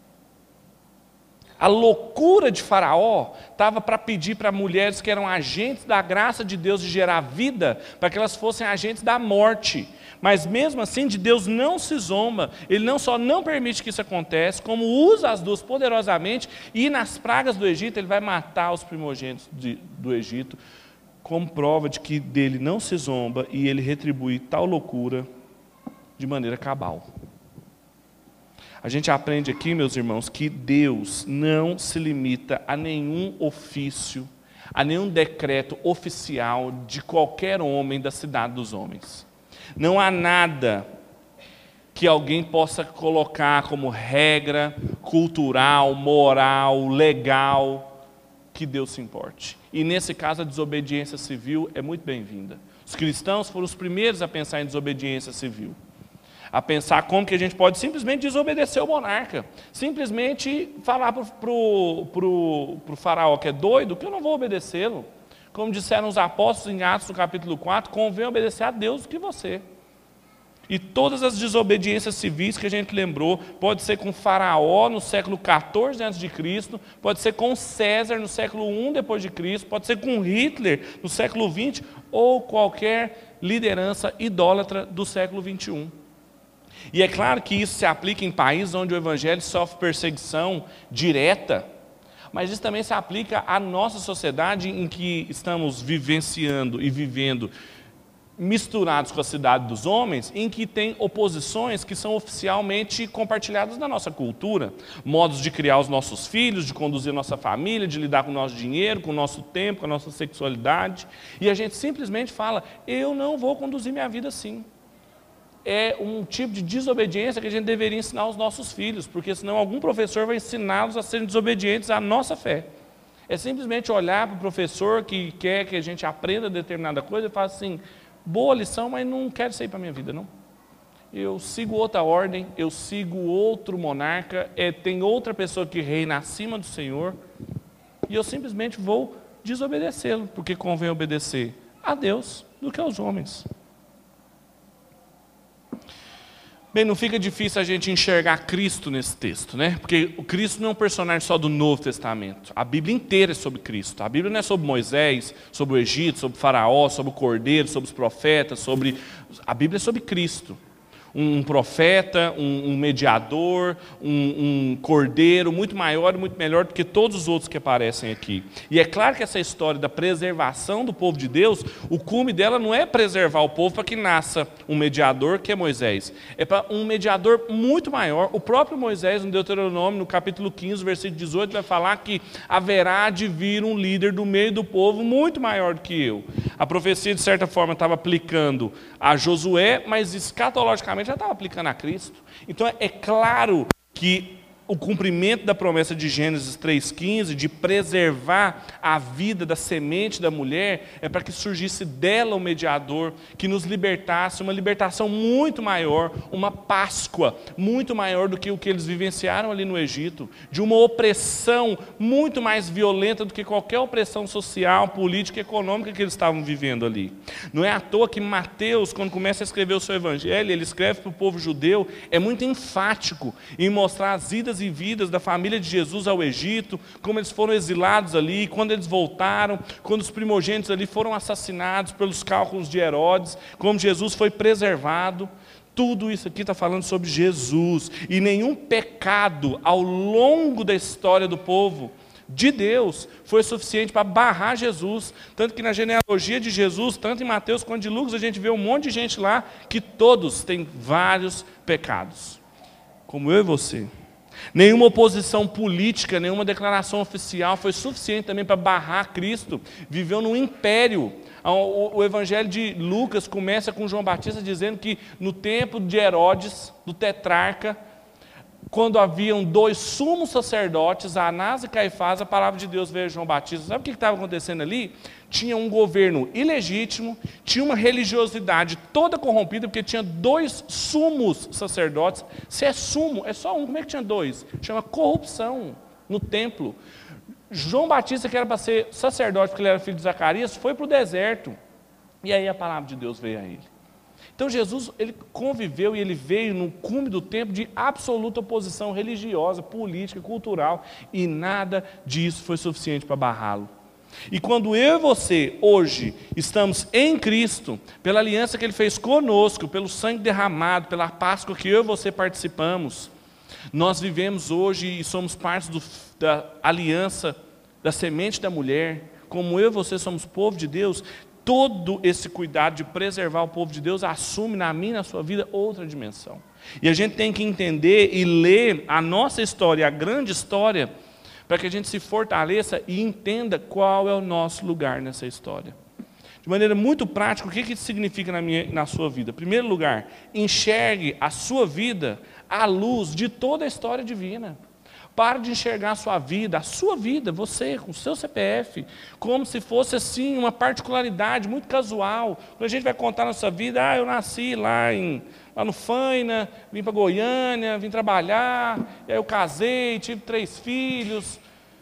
A loucura de Faraó estava para pedir para mulheres que eram agentes da graça de Deus de gerar vida, para que elas fossem agentes da morte. Mas mesmo assim, de Deus não se zomba, Ele não só não permite que isso aconteça, como usa as duas poderosamente, e nas pragas do Egito Ele vai matar os primogênitos de, do Egito, como prova de que dele não se zomba e Ele retribui tal loucura de maneira cabal. A gente aprende aqui, meus irmãos, que Deus não se limita a nenhum ofício, a nenhum decreto oficial de qualquer homem da cidade dos homens. Não há nada que alguém possa colocar como regra cultural, moral, legal, que Deus se importe. E nesse caso a desobediência civil é muito bem-vinda. Os cristãos foram os primeiros a pensar em desobediência civil. A pensar como que a gente pode simplesmente desobedecer o monarca. Simplesmente falar para o faraó que é doido, que eu não vou obedecê-lo. Como disseram os apóstolos em Atos, no capítulo quatro, convém obedecer a Deus do que você. E todas as desobediências civis que a gente lembrou, pode ser com Faraó no século quatorze antes de Cristo, pode ser com César no século um depois de Cristo, pode ser com Hitler no século vinte, ou qualquer liderança idólatra do século vinte e um. E é claro que isso se aplica em países onde o evangelho sofre perseguição direta, mas isso também se aplica à nossa sociedade em que estamos vivenciando e vivendo misturados com a cidade dos homens, em que tem oposições que são oficialmente compartilhadas na nossa cultura, modos de criar os nossos filhos, de conduzir a nossa família, de lidar com o nosso dinheiro, com o nosso tempo, com a nossa sexualidade, e a gente simplesmente fala, eu não vou conduzir minha vida assim. É um tipo de desobediência que a gente deveria ensinar aos nossos filhos, porque senão algum professor vai ensiná-los a serem desobedientes à nossa fé. É simplesmente olhar para o professor que quer que a gente aprenda determinada coisa e falar assim, boa lição, mas não quero isso aí para a minha vida, não. Eu sigo outra ordem, eu sigo outro monarca, é, tem outra pessoa que reina acima do Senhor, e eu simplesmente vou desobedecê-lo, porque convém obedecer a Deus do que aos homens. Bem, não fica difícil a gente enxergar Cristo nesse texto, né? Porque o Cristo não é um personagem só do Novo Testamento. A Bíblia inteira é sobre Cristo. A Bíblia não é sobre Moisés, sobre o Egito, sobre o Faraó, sobre o Cordeiro, sobre os profetas, sobre... A Bíblia é sobre Cristo. um profeta, um, um mediador, um, um cordeiro muito maior e muito melhor do que todos os outros que aparecem aqui. E é claro que essa história da preservação do povo de Deus, o cume dela não é preservar o povo para que nasça um mediador, que é Moisés. É para um mediador muito maior. O próprio Moisés, no Deuteronômio, no capítulo quinze, versículo dezoito, vai falar que haverá de vir um líder do meio do povo muito maior do que eu. A profecia, de certa forma, estava aplicando a Josué, mas escatologicamente já estava aplicando a Cristo. Então é claro que o cumprimento da promessa de Gênesis três quinze, de preservar a vida da semente da mulher, é para que surgisse dela um mediador, que nos libertasse, uma libertação muito maior, uma Páscoa muito maior do que o que eles vivenciaram ali no Egito, de uma opressão muito mais violenta do que qualquer opressão social, política e econômica que eles estavam vivendo ali. Não é à toa que Mateus, quando começa a escrever o seu evangelho, ele escreve para o povo judeu, é muito enfático em mostrar as idas e vidas da família de Jesus ao Egito, como eles foram exilados ali, quando eles voltaram, quando os primogênitos ali foram assassinados pelos cálculos de Herodes, como Jesus foi preservado. Tudo isso aqui está falando sobre Jesus, e nenhum pecado ao longo da história do povo de Deus foi suficiente para barrar Jesus, tanto que na genealogia de Jesus, tanto em Mateus quanto em Lucas, a gente vê um monte de gente lá, que todos têm vários pecados, como eu e você. Nenhuma oposição política, nenhuma declaração oficial foi suficiente também para barrar Cristo. Viveu num império. O, o Evangelho de Lucas começa com João Batista dizendo que no tempo de Herodes, do tetrarca, quando haviam dois sumos sacerdotes, Anás e Caifás, a palavra de Deus veio a João Batista. Sabe o que estava acontecendo ali? Tinha um governo ilegítimo, tinha uma religiosidade toda corrompida, porque tinha dois sumos sacerdotes. Se é sumo, é só um, como é que tinha dois? Chama corrupção no templo. João Batista, que era para ser sacerdote, porque ele era filho de Zacarias, foi para o deserto. E aí a palavra de Deus veio a ele. Então Jesus, ele conviveu e ele veio no cume do tempo de absoluta oposição religiosa, política, cultural, e nada disso foi suficiente para barrá-lo. E quando eu e você, hoje, estamos em Cristo, pela aliança que Ele fez conosco, pelo sangue derramado, pela Páscoa que eu e você participamos, nós vivemos hoje e somos parte do, da aliança da semente da mulher, como eu e você somos povo de Deus. Todo esse cuidado de preservar o povo de Deus assume na minha e na sua vida outra dimensão. E a gente tem que entender e ler a nossa história, a grande história, para que a gente se fortaleça e entenda qual é o nosso lugar nessa história. De maneira muito prática, o que isso significa na minha, na sua vida? Em primeiro lugar, enxergue a sua vida à luz de toda a história divina. Pare de enxergar a sua vida, a sua vida, você, com o seu C P F, como se fosse assim uma particularidade muito casual. Quando a gente vai contar a nossa vida, ah, eu nasci lá, em, lá no Faina, vim para Goiânia, vim trabalhar, e aí eu casei, tive três filhos.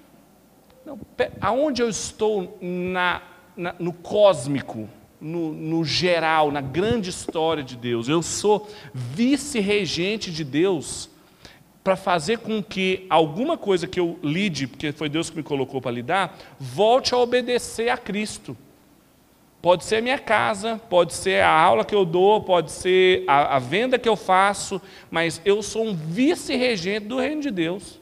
Não, aonde eu estou na, na, no cósmico, no, no geral, na grande história de Deus? Eu sou vice-regente de Deus, para fazer com que alguma coisa que eu lide, porque foi Deus que me colocou para lidar, volte a obedecer a Cristo. Pode ser a minha casa, pode ser a aula que eu dou, pode ser a, a venda que eu faço, mas eu sou um vice-regente do reino de Deus.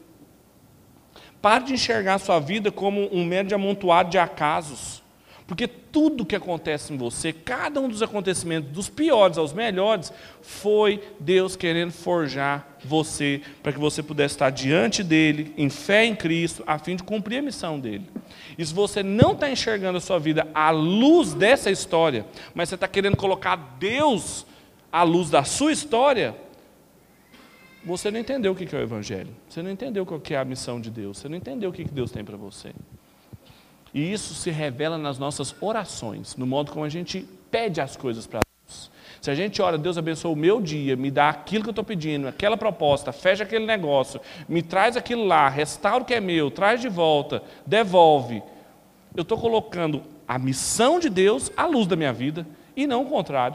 Pare de enxergar a sua vida como um mero de amontoado de acasos, porque tudo que acontece em você, cada um dos acontecimentos, dos piores aos melhores, foi Deus querendo forjar você, para que você pudesse estar diante dEle, em fé em Cristo, a fim de cumprir a missão dEle. E se você não está enxergando a sua vida à luz dessa história, mas você está querendo colocar Deus à luz da sua história, você não entendeu o que é o Evangelho, você não entendeu o que é a missão de Deus, você não entendeu o que Deus tem para você. E isso se revela nas nossas orações, no modo como a gente pede as coisas para Deus. Se a gente ora, Deus abençoa o meu dia, me dá aquilo que eu estou pedindo, aquela proposta, fecha aquele negócio, me traz aquilo lá, restaura o que é meu, traz de volta, devolve. Eu estou colocando a missão de Deus à luz da minha vida e não o contrário.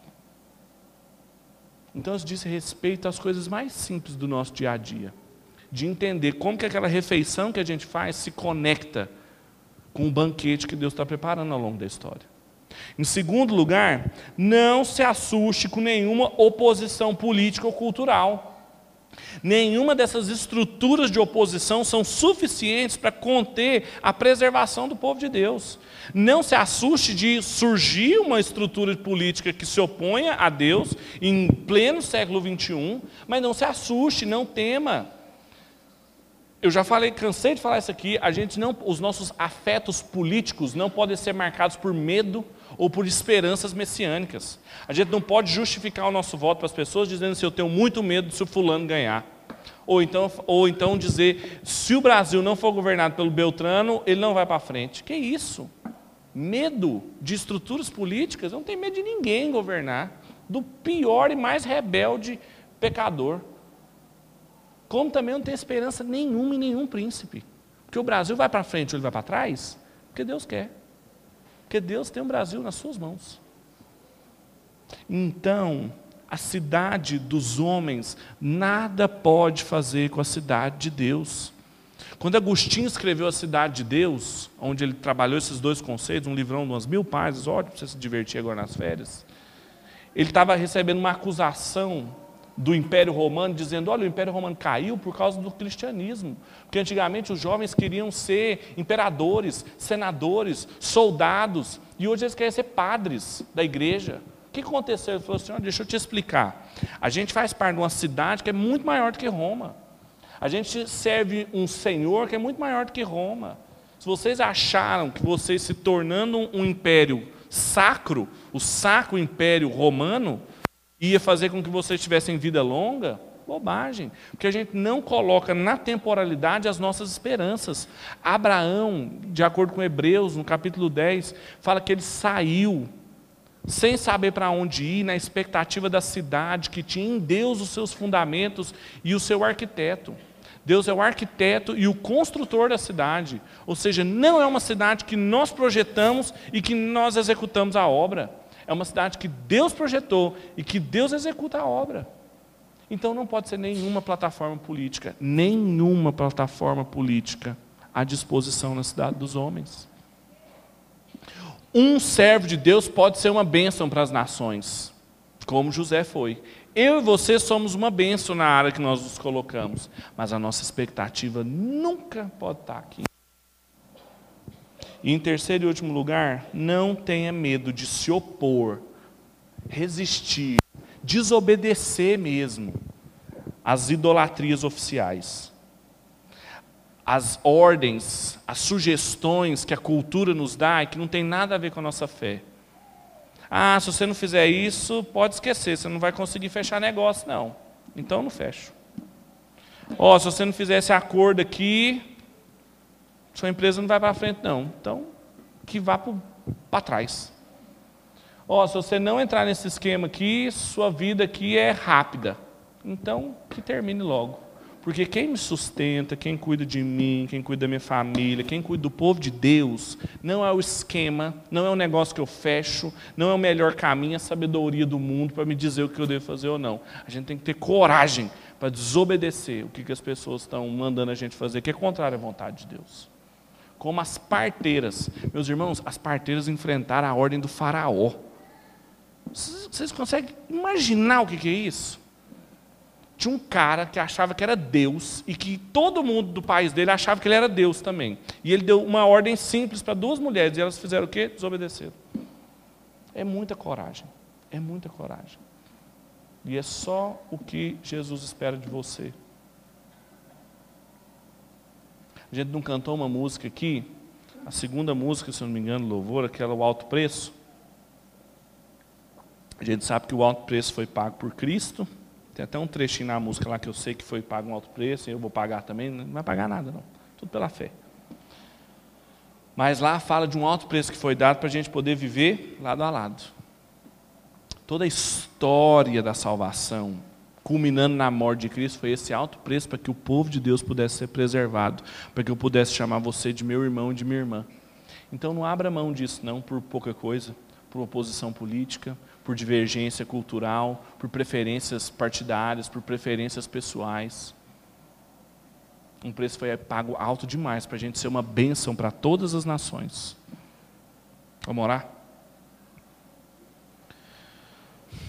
Então isso diz respeito às coisas mais simples do nosso dia a dia, de entender como que aquela refeição que a gente faz se conecta com o banquete que Deus está preparando ao longo da história. Em segundo lugar, não se assuste com nenhuma oposição política ou cultural. Nenhuma dessas estruturas de oposição são suficientes para conter a preservação do povo de Deus. Não se assuste de surgir uma estrutura política que se oponha a Deus em pleno século vinte e um, mas não se assuste, não tema. Eu já falei, cansei de falar isso aqui, a gente não, os nossos afetos políticos não podem ser marcados por medo ou por esperanças messiânicas. A gente não pode justificar o nosso voto para as pessoas dizendo se eu tenho muito medo se o fulano ganhar. Ou então, ou então dizer, se o Brasil não for governado pelo Beltrano, ele não vai para frente. Que isso? Medo de estruturas políticas? Eu não tenho medo de ninguém governar, do pior e mais rebelde pecador. Como também não tenho esperança nenhuma em nenhum príncipe. Porque o Brasil vai para frente ou ele vai para trás? Porque Deus quer. Porque Deus tem o Brasil nas suas mãos. Então, a cidade dos homens nada pode fazer com a cidade de Deus. Quando Agostinho escreveu A Cidade de Deus, onde ele trabalhou esses dois conceitos, um livrão de umas mil páginas, ótimo para você se divertir agora nas férias, ele estava recebendo uma acusação do Império Romano, dizendo, olha, o Império Romano caiu por causa do cristianismo, porque antigamente os jovens queriam ser imperadores, senadores, soldados, e hoje eles querem ser padres da igreja. O que aconteceu? Ele falou assim, olha, deixa eu te explicar, a gente faz parte de uma cidade que é muito maior do que Roma, a gente serve um Senhor que é muito maior do que Roma. Se vocês acharam que vocês se tornando um império sacro, o sacro império romano, ia fazer com que vocês tivessem vida longa, bobagem, porque a gente não coloca na temporalidade as nossas esperanças. Abraão, de acordo com Hebreus, no capítulo dez, fala que ele saiu, sem saber para onde ir, na expectativa da cidade, que tinha em Deus os seus fundamentos e o seu arquiteto. Deus é o arquiteto e o construtor da cidade, ou seja, não é uma cidade que nós projetamos e que nós executamos a obra. É uma cidade que Deus projetou e que Deus executa a obra. Então não pode ser nenhuma plataforma política, nenhuma plataforma política à disposição na cidade dos homens. Um servo de Deus pode ser uma bênção para as nações, como José foi. Eu e você somos uma bênção na área que nós nos colocamos, mas a nossa expectativa nunca pode estar aqui. E em terceiro e último lugar, não tenha medo de se opor, resistir, desobedecer mesmo às idolatrias oficiais. As ordens, as sugestões que a cultura nos dá e que não tem nada a ver com a nossa fé. Ah, se você não fizer isso, pode esquecer, você não vai conseguir fechar negócio, não. Então não fecho. Ó, oh, se você não fizer esse acordo aqui, sua empresa não vai para frente, não. Então, que vá para trás. Ó, oh, se você não entrar nesse esquema aqui, sua vida aqui é rápida. Então, que termine logo. Porque quem me sustenta, quem cuida de mim, quem cuida da minha família, quem cuida do povo de Deus, não é o esquema, não é o negócio que eu fecho, não é o melhor caminho, a sabedoria do mundo para me dizer o que eu devo fazer ou não. A gente tem que ter coragem para desobedecer o que, que as pessoas estão mandando a gente fazer, que é contrário à vontade de Deus. Como as parteiras. Meus irmãos, as parteiras enfrentaram a ordem do faraó. Vocês conseguem imaginar o que, que é isso? Tinha um cara que achava que era Deus e que todo mundo do país dele achava que ele era Deus também. E ele deu uma ordem simples para duas mulheres e elas fizeram o quê? Desobedeceram. É muita coragem. É muita coragem. E é só o que Jesus espera de você. A gente não cantou uma música aqui, a segunda música, se eu não me engano, louvor, aquela O Alto Preço. A gente sabe que o alto preço foi pago por Cristo. Tem até um trechinho na música lá que eu sei que foi pago um alto preço, e eu vou pagar também, não vai pagar nada não, tudo pela fé. Mas lá fala de um alto preço que foi dado para a gente poder viver lado a lado. Toda a história da salvação, culminando na morte de Cristo, foi esse alto preço para que o povo de Deus pudesse ser preservado, para que eu pudesse chamar você de meu irmão e de minha irmã. Então não abra mão disso não, por pouca coisa, por oposição política, por divergência cultural, por preferências partidárias, por preferências pessoais. Um preço foi pago alto demais para a gente ser uma bênção para todas as nações. Vamos orar?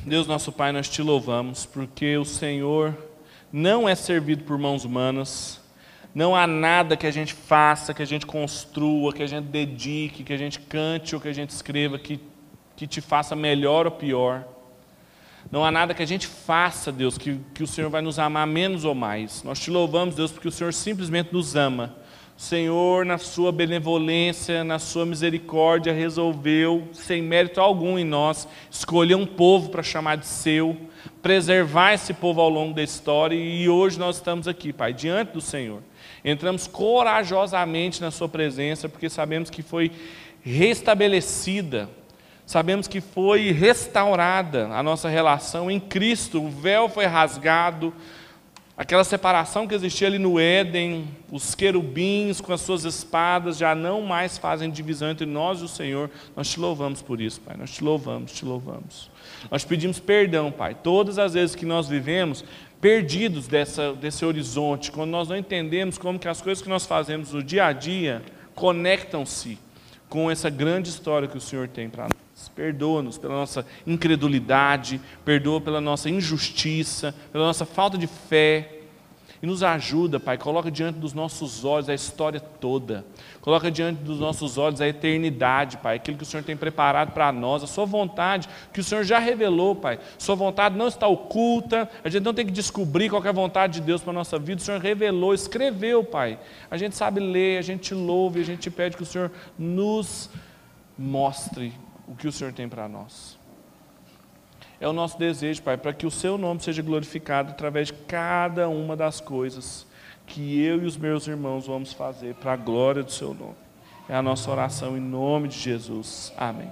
Deus nosso Pai, nós te louvamos, porque o Senhor não é servido por mãos humanas, não há nada que a gente faça, que a gente construa, que a gente dedique, que a gente cante ou que a gente escreva, que, que te faça melhor ou pior. Não há nada que a gente faça, Deus, que, que o Senhor vai nos amar menos ou mais. Nós te louvamos, Deus, porque o Senhor simplesmente nos ama. O Senhor, na sua benevolência, na sua misericórdia, resolveu, sem mérito algum em nós, escolher um povo para chamar de seu, preservar esse povo ao longo da história, e hoje nós estamos aqui, Pai, diante do Senhor. Entramos corajosamente na sua presença, porque sabemos que foi restabelecida, sabemos que foi restaurada a nossa relação em Cristo, o véu foi rasgado, aquela separação que existia ali no Éden, os querubins com as suas espadas já não mais fazem divisão entre nós e o Senhor. Nós te louvamos por isso, Pai. Nós te louvamos, te louvamos. Nós pedimos perdão, Pai, todas as vezes que nós vivemos perdidos dessa, desse horizonte, quando nós não entendemos como que as coisas que nós fazemos no dia a dia conectam-se com essa grande história que o Senhor tem para nós. Perdoa-nos pela nossa incredulidade, perdoa pela nossa injustiça, pela nossa falta de fé. E nos ajuda, Pai, coloca diante dos nossos olhos a história toda. Coloca diante dos nossos olhos a eternidade, Pai, aquilo que o Senhor tem preparado para nós, a sua vontade, que o Senhor já revelou, Pai. Sua vontade não está oculta, a gente não tem que descobrir qual é a vontade de Deus para a nossa vida. O Senhor revelou, escreveu, Pai. A gente sabe ler, a gente te louva e a gente te pede que o Senhor nos mostre o que o Senhor tem para nós. É o nosso desejo, Pai, para que o Seu nome seja glorificado através de cada uma das coisas que eu e os meus irmãos vamos fazer para a glória do Seu nome. É a nossa oração em nome de Jesus. Amém.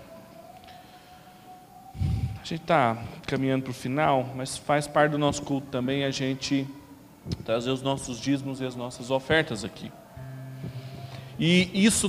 A gente está caminhando para o final, mas faz parte do nosso culto também a gente trazer os nossos dízimos e as nossas ofertas aqui. E isso